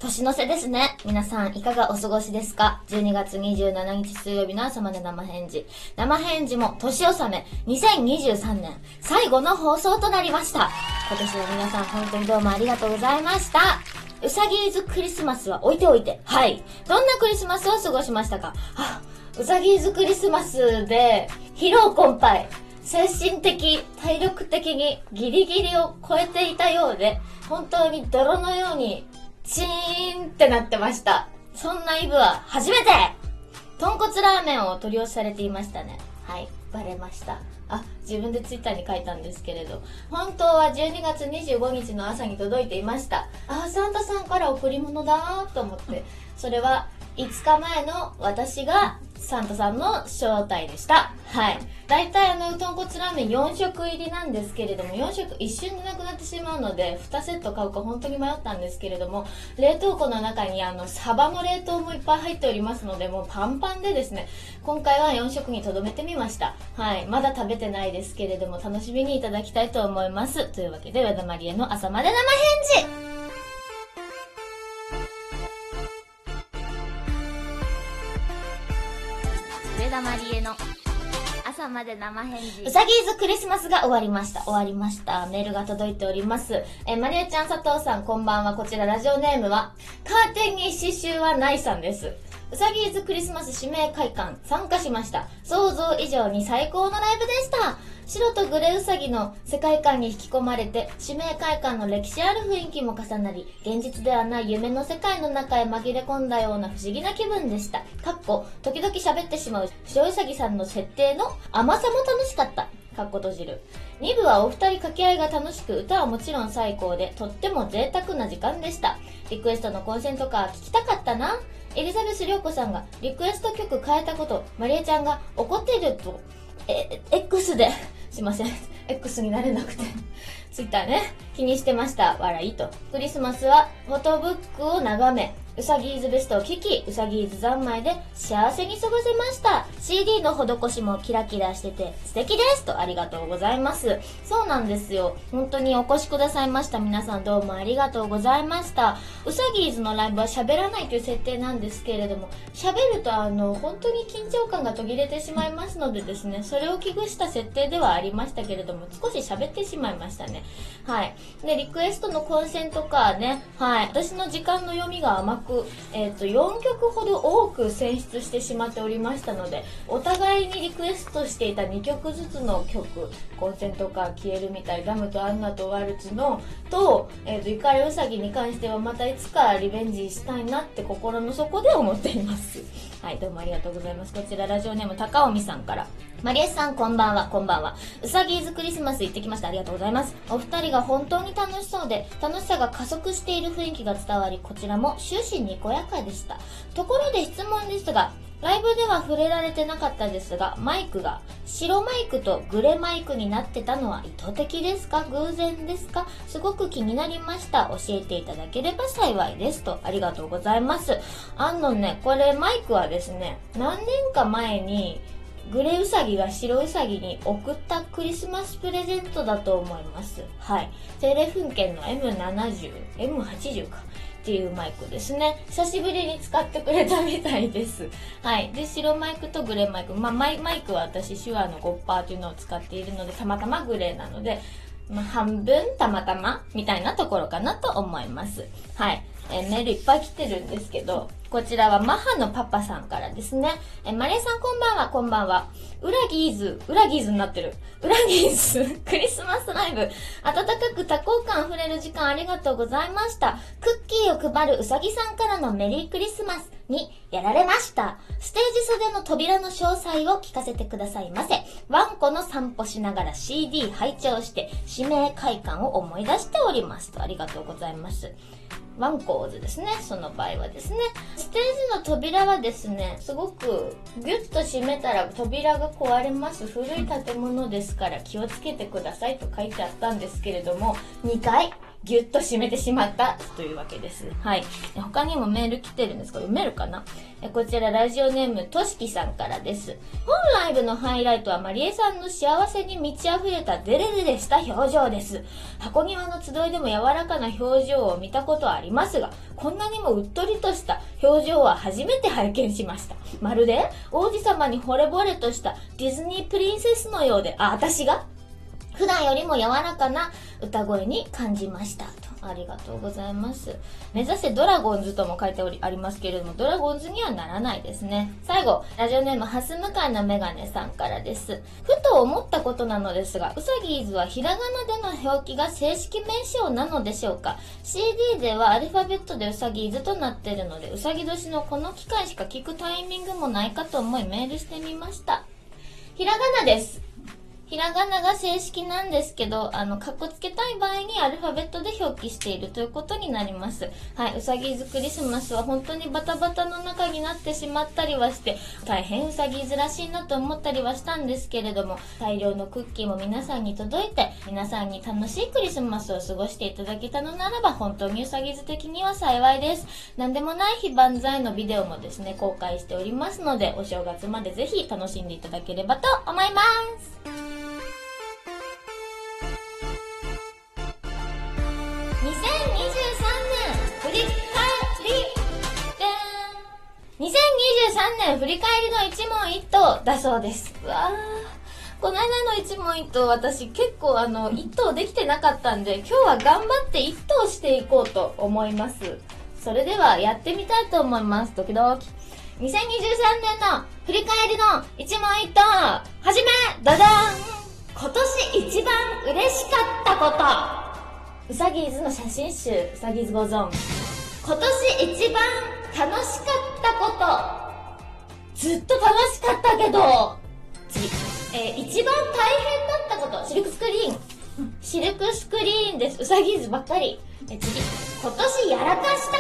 年の瀬ですね。皆さんいかがお過ごしですか？ 12 月27日水曜日の朝まで生返事。生返事も年納め2023年最後の放送となりました。今年も皆さん本当にどうもありがとうございました。うさぎーずクリスマスは置いておいて。はい。どんなクリスマスを過ごしましたか？うさぎーずクリスマスで疲労困憊。精神的、体力的にギリギリを超えていたようで、本当に泥のようにチーンってなってました。そんなイブは初めて豚骨ラーメンを取り寄せされていましたね。はい、バレました。自分でツイッターに書いたんですけれど、本当は12月25日の朝に届いていました。サンタさんから贈り物だと思って、それは5日前の私がサンタさんの正体でした。はい。だいたい豚骨ラーメン4食入りなんですけれども、4食一瞬でなくなってしまうので、2セット買うか本当に迷ったんですけれども、冷凍庫の中にサバの冷凍もいっぱい入っておりますので、もうパンパンでですね、今回は4食に留めてみました。はい。まだ食べてないですけれども、楽しみにいただきたいと思います。というわけで、和田まりえの朝まで生返事。上田まりえの朝まで生返事。うさぎーずクリスマスが終わりました。メールが届いております。まりえちゃん、佐藤さん、こんばんは。こちらラジオネームはカーテンに刺繍はないさんです。うさぎーずクリスマス指名会館参加しました。想像以上に最高のライブでした。白とグレーウサギの世界観に引き込まれて、指名会館の歴史ある雰囲気も重なり、現実ではない夢の世界の中へ紛れ込んだような不思議な気分でした。時々喋ってしまう白ウサギさんの設定の甘さも楽しかった。閉じる。2部はお二人掛け合いが楽しく、歌はもちろん最高で、とっても贅沢な時間でした。リクエストのコンセントカー聞きたかったな。エリザベス涼子さんがリクエスト曲変えたこと、まりえちゃんが怒っていると、X で、すいません。X になれなくて。ツイッターね。気にしてました。笑いと。クリスマスはフォトブックを眺め、うさぎーずベストを聴き、うさぎーず三昧で幸せに過ごせました。CD の施しもキラキラしてて素敵ですと、ありがとうございます。そうなんですよ。本当にお越しくださいました皆さん、どうもありがとうございました。うさぎーずのライブは喋らないという設定なんですけれども、喋ると本当に緊張感が途切れてしまいますのでですね、それを危惧した設定ではありましたけれども、少し喋ってしまいましたね。はい。で、リクエストのコンセントカーね、はい。私の時間の読みが甘く、4曲ほど多く選出してしまっておりましたので、お互いにリクエストしていた2曲ずつの曲、コンセントカー消えるみたい、ダムとアンナとワルツのと、イカレウサギに関してはまたいつかリベンジしたいなって心の底で思っています。はい、どうもありがとうございます。こちらラジオネーム高尾美さんから、マリエさんこんばんは。うさぎーずクリスマス行ってきました。ありがとうございます。お二人が本当に楽しそうで、楽しさが加速している雰囲気が伝わり、こちらも終始にこやかでした。ところで質問ですが、ライブでは触れられてなかったですが、マイクが白マイクとグレマイクになってたのは意図的ですか？偶然ですか？すごく気になりました。教えていただければ幸いですと、ありがとうございます。これマイクはですね、何年か前にグレウサギが白ウサギに送ったクリスマスプレゼントだと思います。はい。テレフンケンの M80 か。っていうマイクですね。久しぶりに使ってくれたみたいです。はい。で、白マイクとグレーマイク。マイクは私、手話の5%というのを使っているので、たまたまグレーなので、半分たまたまみたいなところかなと思います。はい。メールいっぱい来てるんですけど、こちらはマハのパパさんからですね。マレーさんこんばんは。ウラギーズになってる。ウラギーズ、クリスマスライブ。温かく多幸感あふれる時間ありがとうございました。クッキーを配るうさぎさんからのメリークリスマスにやられました。ステージ袖の扉の詳細を聞かせてくださいませ。ワンコの散歩しながら CD 拝聴して指名会館を思い出しておりますと、ありがとうございます。ワンコーズですね。その場合はですね。ステージの扉はですね、すごくギュッと閉めたら扉が壊れます。古い建物ですから気をつけてくださいと書いてあったんですけれども、2回ギュッと締めてしまったというわけです。はい。他にもメール来てるんですが、読めるかな？こちらラジオネームとしきさんからです。本ライブのハイライトはまりえさんの幸せに満ち溢れたデレデレした表情です。箱庭の集いでも柔らかな表情を見たことはありますが、こんなにもうっとりとした表情は初めて拝見しました。まるで王子様に惚れ惚れとしたディズニープリンセスのようで、私が普段よりも柔らかな歌声に感じましたと。ありがとうございます。目指せドラゴンズとも書いてありますけれども、ドラゴンズにはならないですね。最後、ラジオネームハス向かいのメガネさんからです。ふと思ったことなのですが、うさぎーずはひらがなでの表記が正式名称なのでしょうか？ CD ではアルファベットでうさぎーずとなっているので、うさぎ年のこの機会しか聞くタイミングもないかと思いメールしてみました。ひらがなです。ひらがなが正式なんですけど、かっこつけたい場合にアルファベットで表記しているということになります。はい、うさぎーずクリスマスは本当にバタバタの中になってしまったりはして、大変うさぎーずらしいなと思ったりはしたんですけれども、大量のクッキーも皆さんに届いて、皆さんに楽しいクリスマスを過ごしていただけたのならば、本当にうさぎーず的には幸いです。なんでもない日万歳のビデオもですね、公開しておりますので、お正月までぜひ楽しんでいただければと思います。2023年振り返り2023年振り返りの一問一答だそうです。うわー、この間の一問一答、私結構一答できてなかったんで、今日は頑張って一答していこうと思います。それではやってみたいと思います。ドキドキ。2023年の振り返りの一問一答、はじめ、ダダン。今年一番嬉しかったこと。うさぎーずの写真集、うさぎーずご存。今年一番楽しかったこと。ずっと楽しかったけど。次。一番大変だったこと。シルクスクリーン。シルクスクリーンです。うさぎーずばっかり。次。今年やらかしたこと。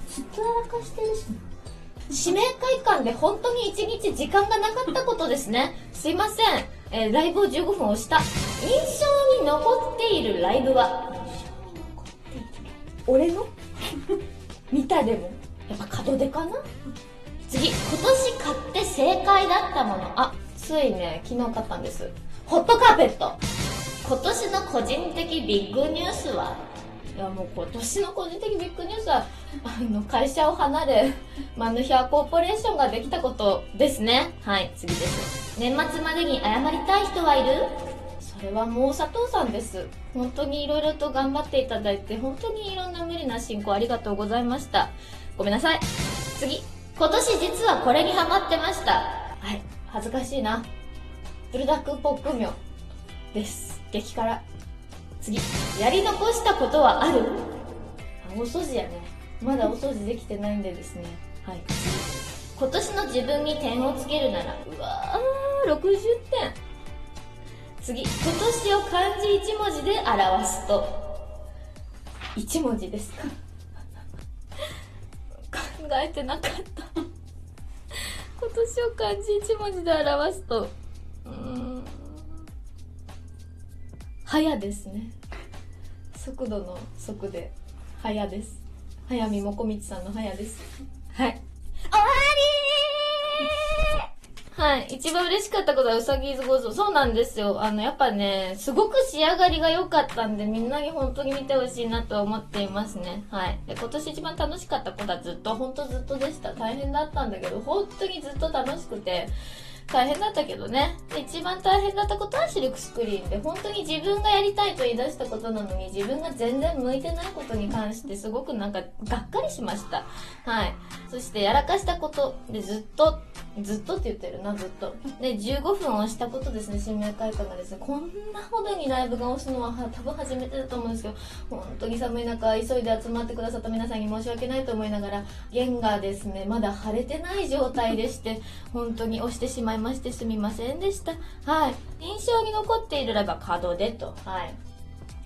ずっとやらかしてるしな。指名会館で本当に1日時間がなかったことですね。すいません。ライブを15分押した。印象に残っているライブは俺の見たでもやっぱ門出かな。次、今年買って正解だったもの。あ、ついね、昨日買ったんです。ホットカーペット。今年の個人的ビッグニュースは、いやもう今年の個人的ビッグニュースは会社を離れマヌヒャーコーポレーションができたことですね。はい、次です。年末までに謝りたい人はいる？それはもう佐藤さんです。本当にいろいろと頑張っていただいて、本当にいろんな無理な進行ありがとうございました。ごめんなさい。次、今年実はこれにハマってました。はい、恥ずかしいな。ブルダックポップ名です。激辛。次、やり残したことはある？大掃除やね。まだお掃除できてないんでですね。はい。今年の自分に点をつけるなら、うわー、60点。次、今年を漢字1文字で表すと、1文字ですか？考えてなかった。今年を漢字1文字で表すと、早ですね。速度の速で早です。早見もこみちさんの早です。はい、終わりー。はい、一番嬉しかったことはうさぎーずごぞ。そうなんですよ。やっぱね、すごく仕上がりが良かったんで、みんなに本当に見てほしいなと思っていますね。はい。で、今年一番楽しかったことは本当ずっとでした。大変だったんだけど、本当にずっと楽しくて、大変だったけどね。で、一番大変だったことはシルクスクリーンで、本当に自分がやりたいと言い出したことなのに、自分が全然向いてないことに関してすごくなんかがっかりしました。はい。そしてやらかしたことでずっとって言ってるな、ずっと。で、15分押したことですね、指名会館がですね、こんなほどにライブが押すのは多分初めてだと思うんですけど、本当に寒い中、急いで集まってくださった皆さんに申し訳ないと思いながら、弦がですね、まだ腫れてない状態でして、本当に押してしまいましてすみませんでした。はい。印象に残っているライブは門出と。はい。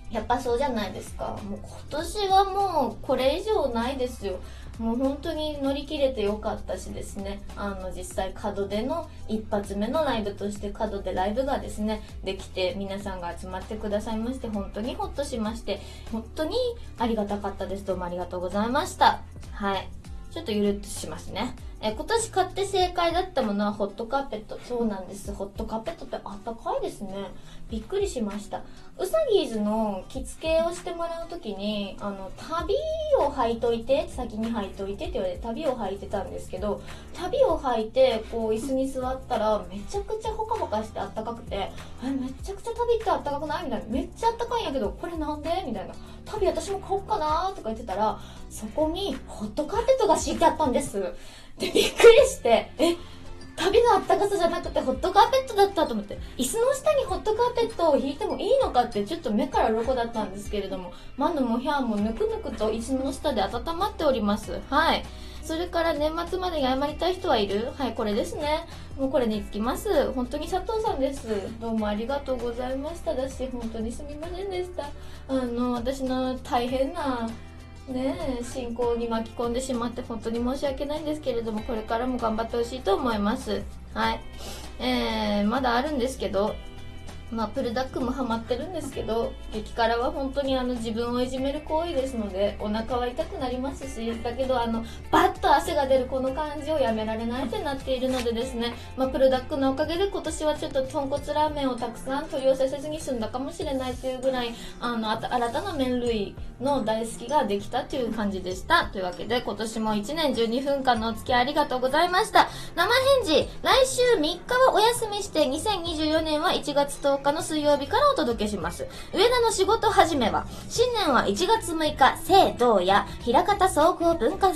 やっぱそうじゃないですか。もう今年はもうこれ以上ないですよ。もう本当に乗り切れてよかったしですね、実際門での一発目のライブとして門でライブがですね、できて皆さんが集まってくださいまして、本当にホッとしまして、本当にありがたかったです。どうもありがとうございました。はい。ちょっとゆるっとしますね。今年買って正解だったものはホットカーペット。そうなんです。ホットカーペットってあったかいですね。びっくりしました。うさぎーずの着付けをしてもらうときに、旅を履いといて、先に履いといてって言われて、旅を履いてたんですけど、旅を履いて、こう椅子に座ったら、めちゃくちゃホカホカしてあったかくて、めちゃくちゃ旅ってあったかくないみたいな。めっちゃあったかいんやけど、これなんでみたいな。旅私も買おうかなとか言ってたら、そこにホットカーペットが敷いてあったんです。で、びっくりして、旅のあったかさじゃなくてホットカーペットだったと思って、椅子の下にホットカーペットを引いてもいいのかってちょっと目から鱗だったんですけれども、マヌもヒャーもぬくぬくと椅子の下で温まっております。はい。それから年末までに謝りたい人はいる？はい、これですね。もうこれにつきます。本当に佐藤さんです。どうもありがとうございましただし、本当にすみませんでした。私の大変な進行に巻き込んでしまって本当に申し訳ないんですけれども、これからも頑張ってほしいと思います。はい。まだあるんですけど、プルダックもハマってるんですけど、激辛は本当に自分をいじめる行為ですので、お腹は痛くなりますし、だけどバッと汗が出るこの感じをやめられないってなっているのでですね、プルダックのおかげで今年はちょっと豚骨ラーメンをたくさん取り寄せせずに済んだかもしれないというぐらい、新たな麺類の大好きができたという感じでした。というわけで、今年も1年12分間のお付き合いありがとうございました。生返事、来週3日はお休みして、2024年は1月10日の水曜日からお届けします。上田の仕事始めは、新年は1月6日、聖堂や平方総合文化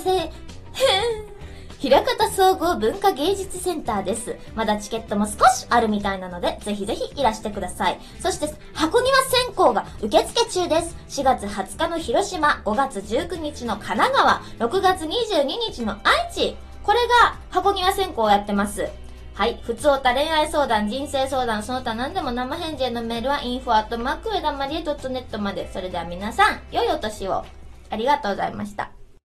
芸術センターです。まだチケットも少しあるみたいなので、ぜひぜひいらしてください。そして、箱庭選考が受付中です。4月20日の広島、5月19日の神奈川、6月22日の愛知。これが箱庭選考をやってます。はい。ふつおた、恋愛相談、人生相談、その他何でも生返事へのメールは info@sudamarie.net まで。それでは皆さん、良いお年を。ありがとうございました。